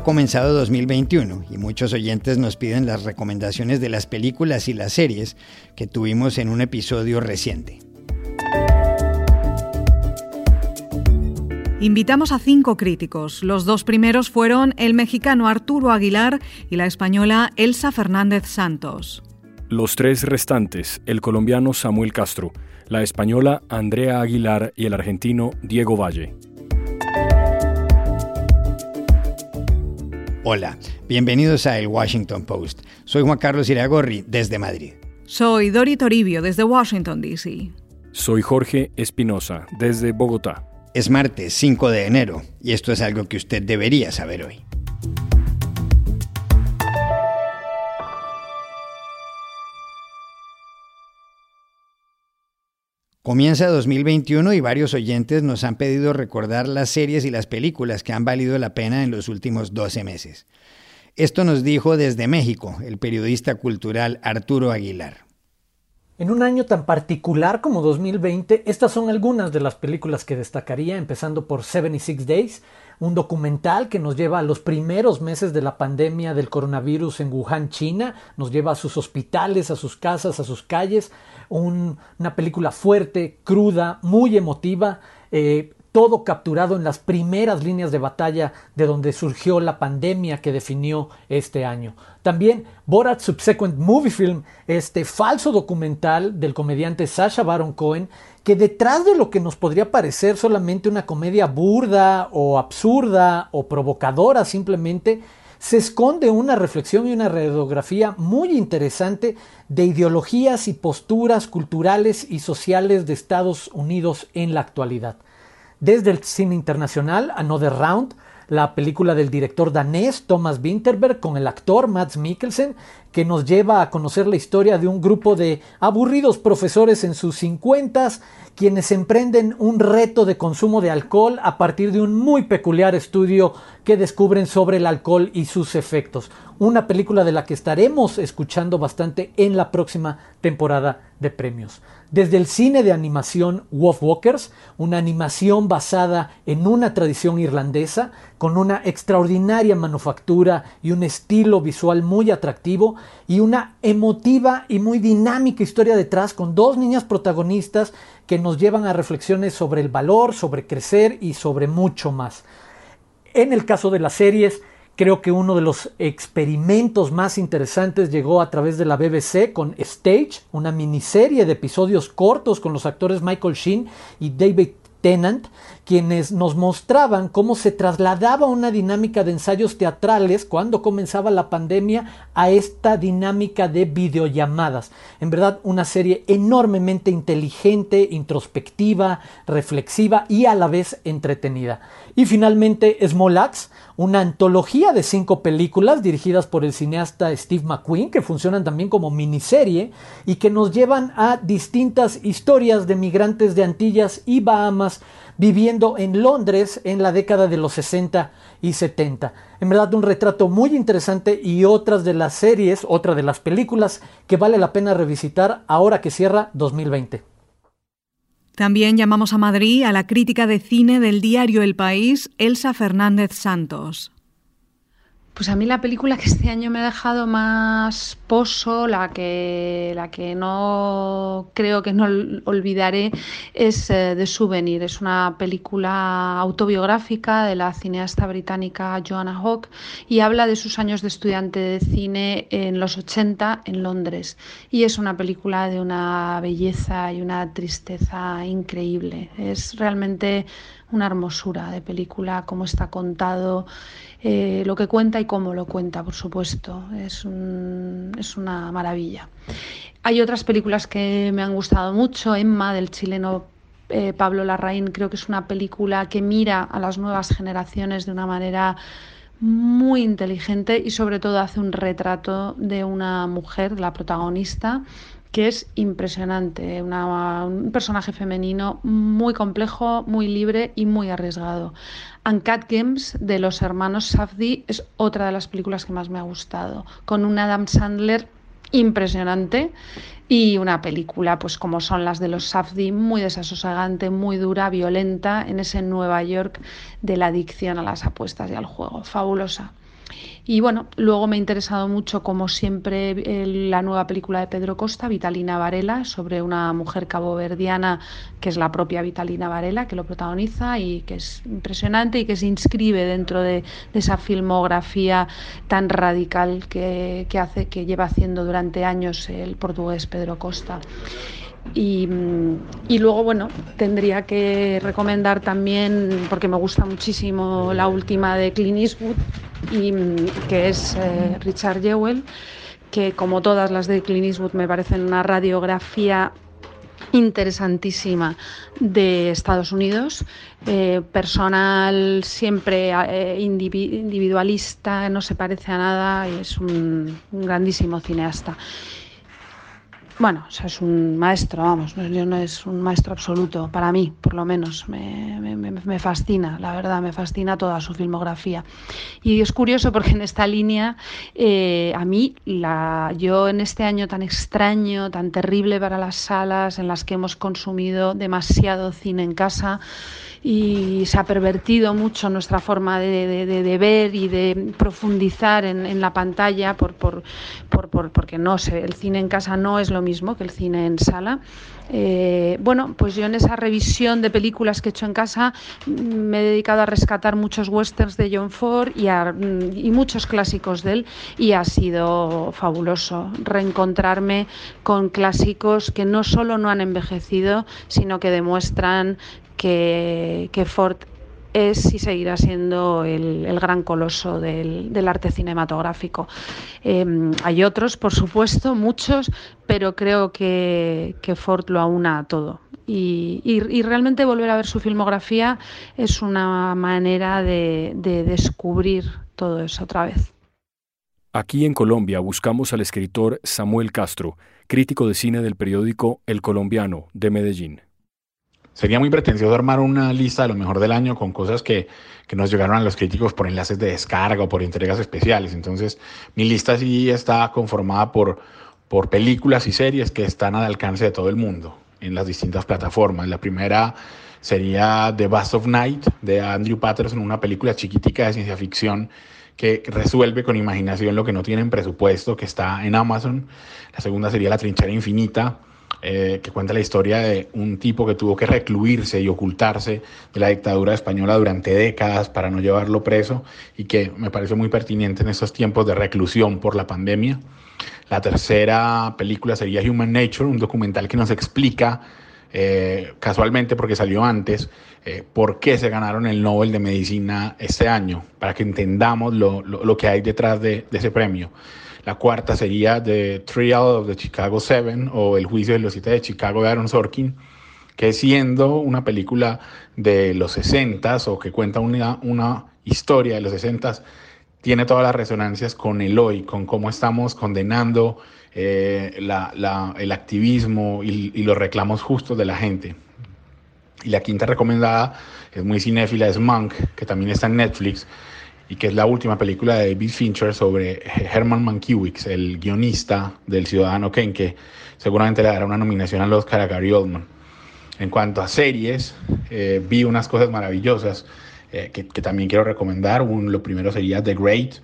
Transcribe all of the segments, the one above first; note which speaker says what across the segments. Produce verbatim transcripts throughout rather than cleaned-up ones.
Speaker 1: comenzado dos mil veintiuno y muchos oyentes nos piden las recomendaciones de las películas y las series que tuvimos en un episodio reciente.
Speaker 2: Invitamos a cinco críticos. Los dos primeros fueron el mexicano Arturo Aguilar y la española Elsa Fernández Santos.
Speaker 3: Los tres restantes, el colombiano Samuel Castro, la española Andrea Aguilar y el argentino Diego Valle.
Speaker 1: Hola, bienvenidos a El Washington Post. Soy Juan Carlos Iragorri, desde Madrid.
Speaker 2: Soy Dori Toribio, desde Washington, D C
Speaker 3: Soy Jorge Espinosa, desde Bogotá.
Speaker 1: Es martes cinco de enero y esto es algo que usted debería saber hoy. Comienza dos mil veintiuno y varios oyentes nos han pedido recordar las series y las películas que han valido la pena en los últimos doce meses. Esto nos dijo desde México el periodista cultural Arturo Aguilar.
Speaker 4: En un año tan particular como dos mil veinte, estas son algunas de las películas que destacaría, empezando por setenta y seis Days, un documental que nos lleva a los primeros meses de la pandemia del coronavirus en Wuhan, China, nos lleva a sus hospitales, a sus casas, a sus calles, un, una película fuerte, cruda, muy emotiva, eh, todo capturado en las primeras líneas de batalla de donde surgió la pandemia que definió este año. También Borat Subsequent Movie Film, este falso documental del comediante Sacha Baron Cohen, que detrás de lo que nos podría parecer solamente una comedia burda o absurda o provocadora simplemente, se esconde una reflexión y una radiografía muy interesante de ideologías y posturas culturales y sociales de Estados Unidos en la actualidad. Desde el cine internacional, Another Round, la película del director danés Thomas Vinterberg con el actor Mads Mikkelsen, que nos lleva a conocer la historia de un grupo de aburridos profesores en sus cincuentas, quienes emprenden un reto de consumo de alcohol a partir de un muy peculiar estudio que descubren sobre el alcohol y sus efectos. Una película de la que estaremos escuchando bastante en la próxima temporada de premios. Desde el cine de animación Wolfwalkers, una animación basada en una tradición irlandesa, con una extraordinaria manufactura y un estilo visual muy atractivo, y una emotiva y muy dinámica historia detrás, con dos niñas protagonistas que nos llevan a reflexiones sobre el valor, sobre crecer y sobre mucho más. En el caso de las series, creo que uno de los experimentos más interesantes llegó a través de la B B C con Stage, una miniserie de episodios cortos con los actores Michael Sheen y David Tennant, quienes nos mostraban cómo se trasladaba una dinámica de ensayos teatrales cuando comenzaba la pandemia a esta dinámica de videollamadas. En verdad, una serie enormemente inteligente, introspectiva, reflexiva y a la vez entretenida. Y finalmente, Small Axe, una antología de cinco películas dirigidas por el cineasta Steve McQueen, que funcionan también como miniserie y que nos llevan a distintas historias de migrantes de Antillas y Bahamas viviendo en Londres en la década de los sesenta y setenta. En verdad, un retrato muy interesante y otras de las series, otra de las películas que vale la pena revisitar ahora que cierra dos mil veinte.
Speaker 2: También llamamos a Madrid a la crítica de cine del diario El País, Elsa Fernández Santos.
Speaker 5: Pues a mí la película que este año me ha dejado más pozo, la que, la que no creo que no olvidaré, es eh, The Souvenir. Es una película autobiográfica de la cineasta británica Joanna Hogg y habla de sus años de estudiante de cine en los ochenta en Londres. Y es una película de una belleza y una tristeza increíble. Es realmente una hermosura de película, cómo está contado, eh, lo que cuenta y cómo lo cuenta, por supuesto. Es, un, es una maravilla. Hay otras películas que me han gustado mucho. Emma, del chileno eh, Pablo Larraín, creo que es una película que mira a las nuevas generaciones de una manera muy inteligente y sobre todo hace un retrato de una mujer, la protagonista, que es impresionante, una, un personaje femenino muy complejo, muy libre y muy arriesgado. Uncut Gems, de los hermanos Safdie, es otra de las películas que más me ha gustado, con un Adam Sandler impresionante y una película, pues como son las de los Safdie, muy desasosegante, muy dura, violenta, en ese Nueva York de la adicción a las apuestas y al juego. Fabulosa. Y bueno, luego me ha interesado mucho, como siempre, el, la nueva película de Pedro Costa, Vitalina Varela, sobre una mujer caboverdiana que es la propia Vitalina Varela, que lo protagoniza y que es impresionante y que se inscribe dentro de, de esa filmografía tan radical que, que, hace, que lleva haciendo durante años el portugués Pedro Costa. Y, y luego, bueno, tendría que recomendar también, porque me gusta muchísimo, la última de Clint Eastwood, y, que es eh, Richard Jewell, que como todas las de Clint Eastwood me parecen una radiografía interesantísima de Estados Unidos, eh, personal, siempre eh, individualista, no se parece a nada, y es un, un grandísimo cineasta. Bueno, o sea, es un maestro, vamos, no, no es un maestro absoluto, para mí, por lo menos. Me, me, me fascina, la verdad, me fascina toda su filmografía. Y es curioso porque en esta línea, eh, a mí, la, yo en este año tan extraño, tan terrible para las salas, en las que hemos consumido demasiado cine en casa, y se ha pervertido mucho nuestra forma de, de, de ver y de profundizar en, en la pantalla por, por, por, por, porque no sé, el cine en casa no es lo mismo que el cine en sala. Eh, bueno, pues yo en esa revisión de películas que he hecho en casa me he dedicado a rescatar muchos westerns de John Ford y, a, y muchos clásicos de él, y ha sido fabuloso reencontrarme con clásicos que no solo no han envejecido, sino que demuestran que, que Ford es y seguirá siendo el, el gran coloso del, del arte cinematográfico. Eh, hay otros, por supuesto, muchos, pero creo que, que Ford lo aúna todo. Y, y, y realmente volver a ver su filmografía es una manera de, de descubrir todo eso otra vez.
Speaker 3: Aquí en Colombia buscamos al escritor Samuel Castro, crítico de cine del periódico El Colombiano de Medellín.
Speaker 6: Sería muy pretencioso armar una lista de lo mejor del año con cosas que, que nos llegaron a los críticos por enlaces de descarga o por entregas especiales. Entonces, mi lista sí está conformada por, por películas y series que están al alcance de todo el mundo en las distintas plataformas. La primera sería The Vast of Night de Andrew Patterson, una película chiquitica de ciencia ficción que resuelve con imaginación lo que no tiene en presupuesto, que está en Amazon. La segunda sería La Trinchera Infinita, Eh, que cuenta la historia de un tipo que tuvo que recluirse y ocultarse de la dictadura española durante décadas para no llevarlo preso, y que me parece muy pertinente en estos tiempos de reclusión por la pandemia. La tercera película sería Human Nature, un documental que nos explica, eh, casualmente porque salió antes, eh, por qué se ganaron el Nobel de Medicina este año, para que entendamos lo, lo, lo que hay detrás de, de ese premio. La cuarta sería The Trial of the Chicago Seven, o El Juicio de los Siete de Chicago, de Aaron Sorkin, que siendo una película de los sesentas, o que cuenta una, una historia de los sesentas, tiene todas las resonancias con el hoy, con cómo estamos condenando eh, la, la, el activismo y, y los reclamos justos de la gente. Y la quinta recomendada es muy cinéfila, es Monk, que también está en Netflix, y que es la última película de David Fincher sobre Herman Mankiewicz, el guionista del Ciudadano Kane, que seguramente le dará una nominación al Oscar a Gary Oldman. En cuanto a series, eh, vi unas cosas maravillosas eh, que, que también quiero recomendar. Un, lo primero sería The Great,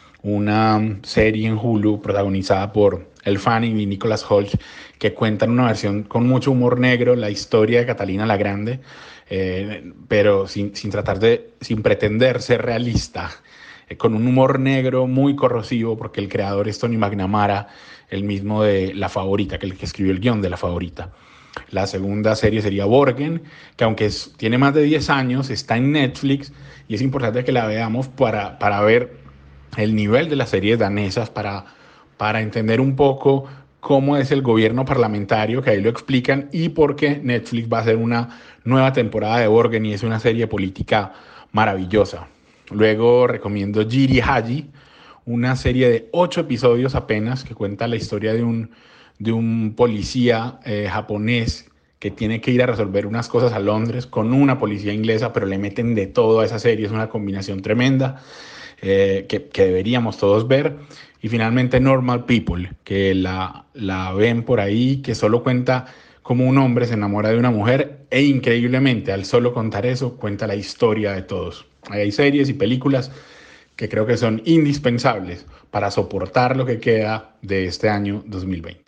Speaker 6: una serie en Hulu protagonizada por Elle Fanning y Nicholas Hoult, que cuentan una versión con mucho humor negro, la historia de Catalina la Grande, eh, pero sin, sin tratar de, sin pretender ser realista, eh, con un humor negro muy corrosivo, porque el creador es Tony McNamara, el mismo de La Favorita, que es el que escribió el guión de La Favorita. La segunda serie sería Borgen, que aunque es, tiene más de diez años, está en Netflix, y es importante que la veamos para, para ver el nivel de las series danesas, para, para entender un poco cómo es el gobierno parlamentario, que ahí lo explican, y por qué Netflix va a hacer una nueva temporada de Borgen, y es una serie política maravillosa. Luego recomiendo Giri Haji, una serie de ocho episodios apenas, que cuenta la historia de un, de un policía eh, japonés que tiene que ir a resolver unas cosas a Londres con una policía inglesa, pero le meten de todo a esa serie, es una combinación tremenda. Eh, que, que deberíamos todos ver. Y finalmente Normal People, que la, la ven por ahí, que solo cuenta cómo un hombre se enamora de una mujer, e increíblemente al solo contar eso cuenta la historia de todos. Hay series y películas que creo que son indispensables para soportar lo que queda de este año dos mil veinte.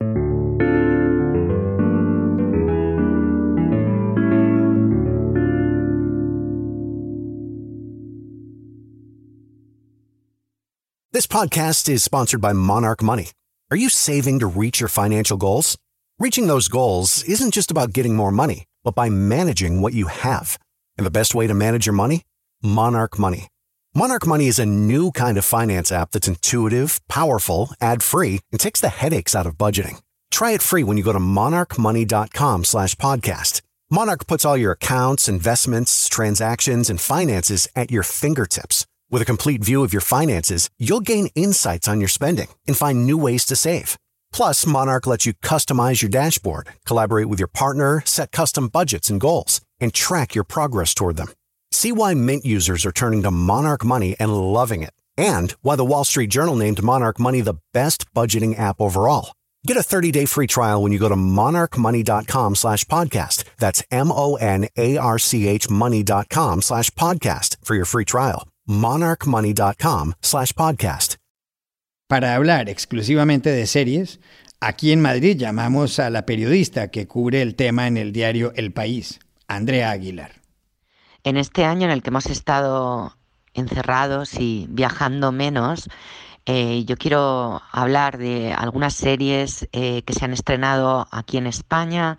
Speaker 7: This podcast is sponsored by Monarch Money. Are you saving to reach your financial goals? Reaching those goals isn't just about getting more money, but by managing what you have. And the best way to manage your money? Monarch Money. Monarch Money is a new kind of finance app that's intuitive, powerful, ad-free, and takes the headaches out of budgeting. Try it free when you go to monarchmoney.com slash podcast. Monarch puts all your accounts, investments, transactions, and finances at your fingertips. With a complete view of your finances, you'll gain insights on your spending and find new ways to save. Plus, Monarch lets you customize your dashboard, collaborate with your partner, set custom budgets and goals, and track your progress toward them. See why Mint users are turning to Monarch Money and loving it, and why the Wall Street Journal named Monarch Money the best budgeting app overall. Get a thirty-day free trial when you go to monarchmoney.com slash podcast. That's M-O-N-A-R-C-H money.com slash podcast for your free trial. monarchmoney.com slash podcast.
Speaker 1: Para hablar exclusivamente de series, aquí en Madrid llamamos a la periodista que cubre el tema en el diario El País, Andrea Aguilar.
Speaker 8: En este año en el que hemos estado encerrados y viajando menos, eh, yo quiero hablar de algunas series eh, que se han estrenado aquí en España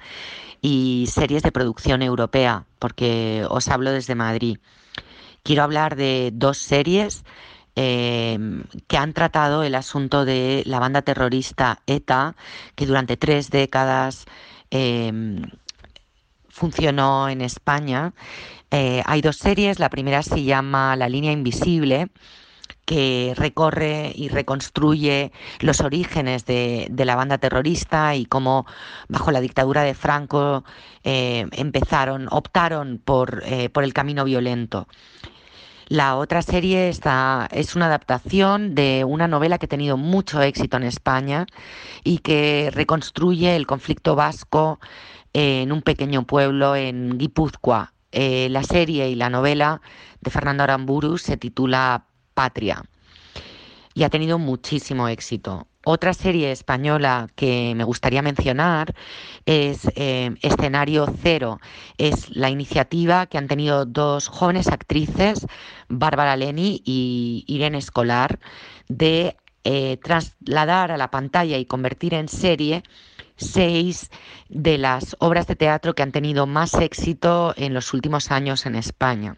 Speaker 8: y series de producción europea, porque os hablo desde Madrid. Quiero hablar de dos series eh, que han tratado el asunto de la banda terrorista ETA, que durante tres décadas eh, funcionó en España. Eh, hay dos series, la primera se llama La línea invisible, que recorre y reconstruye los orígenes de, de la banda terrorista y cómo bajo la dictadura de Franco eh, empezaron, optaron por, eh, por el camino violento. La otra serie está, es una adaptación de una novela que ha tenido mucho éxito en España y que reconstruye el conflicto vasco en un pequeño pueblo en Guipúzcoa. Eh, la serie y la novela de Fernando Aramburu se titula Patria y ha tenido muchísimo éxito. Otra serie española que me gustaría mencionar es eh, Escenario Cero. Es la iniciativa que han tenido dos jóvenes actrices, Bárbara Leni y Irene Escolar, de eh, trasladar a la pantalla y convertir en serie seis de las obras de teatro que han tenido más éxito en los últimos años en España.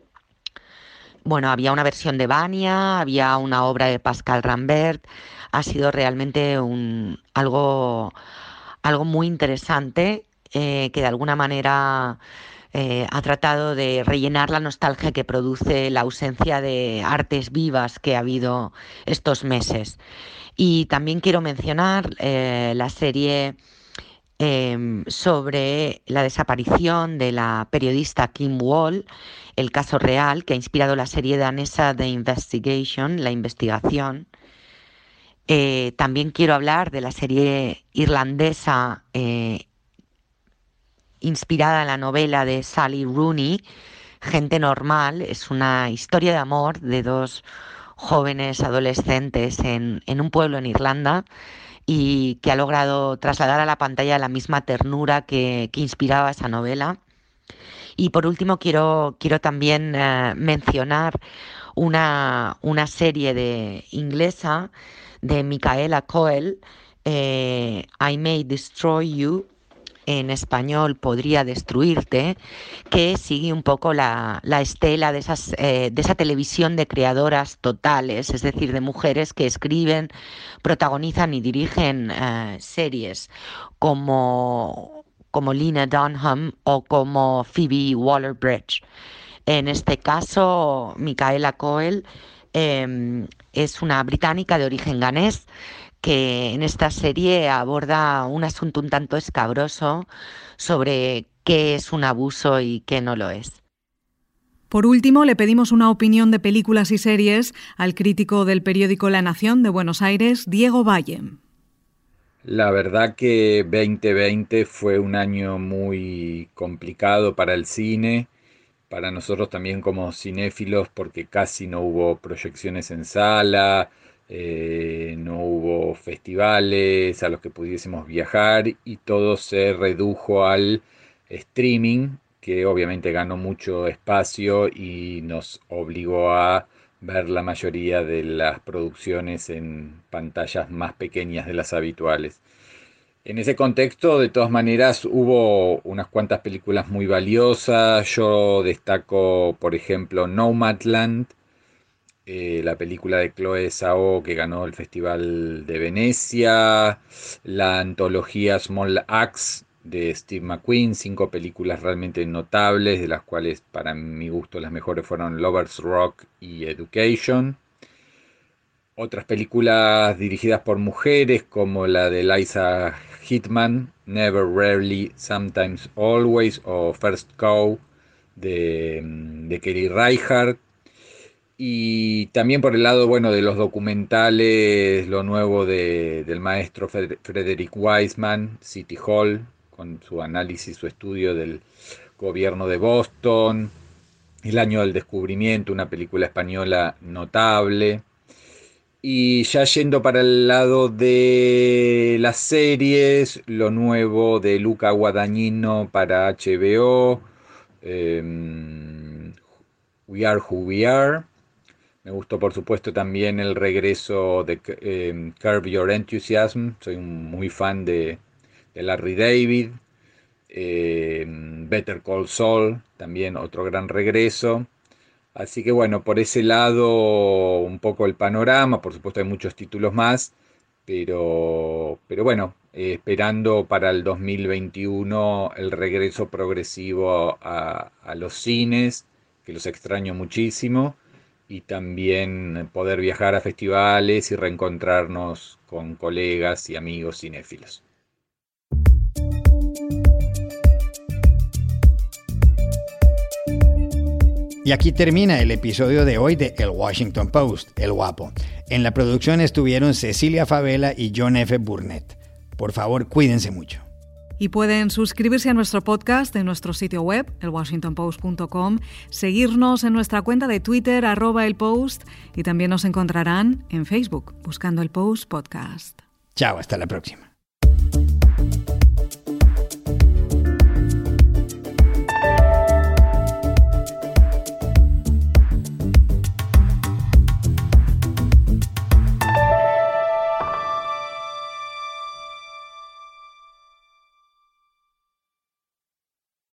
Speaker 8: Bueno, había una versión de Vania, había una obra de Pascal Rambert. Ha sido realmente un, algo, algo muy interesante eh, que de alguna manera eh, ha tratado de rellenar la nostalgia que produce la ausencia de artes vivas que ha habido estos meses. Y también quiero mencionar eh, la serie eh, sobre la desaparición de la periodista Kim Wall, El caso real, que ha inspirado la serie danesa The Investigation, La investigación. Eh, también quiero hablar de la serie irlandesa eh, inspirada en la novela de Sally Rooney, Gente normal. Es una historia de amor de dos jóvenes adolescentes en, en un pueblo en Irlanda y que ha logrado trasladar a la pantalla la misma ternura que, que inspiraba esa novela. Y por último quiero, quiero también eh, mencionar una, una serie de inglesa de Micaela Coel, eh, I May Destroy You, en español Podría destruirte, que sigue un poco la, la estela de, esas, eh, de esa televisión de creadoras totales, es decir, de mujeres que escriben, protagonizan y dirigen eh, series como, como Lena Dunham o como Phoebe Waller-Bridge. En este caso, Micaela Coel eh, es una británica de origen ganés que en esta serie aborda un asunto un tanto escabroso sobre qué es un abuso y qué no lo es.
Speaker 2: Por último, le pedimos una opinión de películas y series al crítico del periódico La Nación de Buenos Aires, Diego Valle.
Speaker 9: La verdad que veinte veinte fue un año muy complicado para el cine. para nosotros también como cinéfilos, porque casi no hubo proyecciones en sala, eh, no hubo festivales a los que pudiésemos viajar y todo se redujo al streaming, que obviamente ganó mucho espacio y nos obligó a ver la mayoría de las producciones en pantallas más pequeñas de las habituales. En ese contexto, de todas maneras, hubo unas cuantas películas muy valiosas. Yo destaco, por ejemplo, Nomadland, eh, la película de Chloe Zhao que ganó el Festival de Venecia, la antología Small Axe de Steve McQueen, cinco películas realmente notables, de las cuales para mi gusto las mejores fueron Lovers Rock y Education. Otras películas dirigidas por mujeres, como la de Liza Hitman, Never, Rarely, Sometimes, Always, o First Cow de, de Kelly Reichardt. Y también por el lado, bueno, de los documentales, lo nuevo de, del maestro Frederick Wiseman, City Hall, con su análisis, su estudio del gobierno de Boston, El año del descubrimiento, una película española notable. Y ya yendo para el lado de las series, lo nuevo de Luca Guadagnino para H B O, eh, We Are Who We Are. Me gustó por supuesto también el regreso de eh, Curb Your Enthusiasm, soy un, muy fan de, de Larry David. Eh, Better Call Saul, también otro gran regreso. Así que bueno, por ese lado un poco el panorama, por supuesto hay muchos títulos más, pero, pero bueno, eh, esperando para el dos mil veintiuno el regreso progresivo a, a los cines, que los extraño muchísimo, y también poder viajar a festivales y reencontrarnos con colegas y amigos cinéfilos.
Speaker 1: Y aquí termina el episodio de hoy de El Washington Post, El Guapo. En la producción estuvieron Cecilia Favela y John F. Burnett. Por favor, cuídense mucho.
Speaker 2: Y pueden suscribirse a nuestro podcast en nuestro sitio web, el washington post punto com, seguirnos en nuestra cuenta de Twitter, arroba el Post, y también nos encontrarán en Facebook, buscando el Post Podcast.
Speaker 1: Chao, hasta la próxima.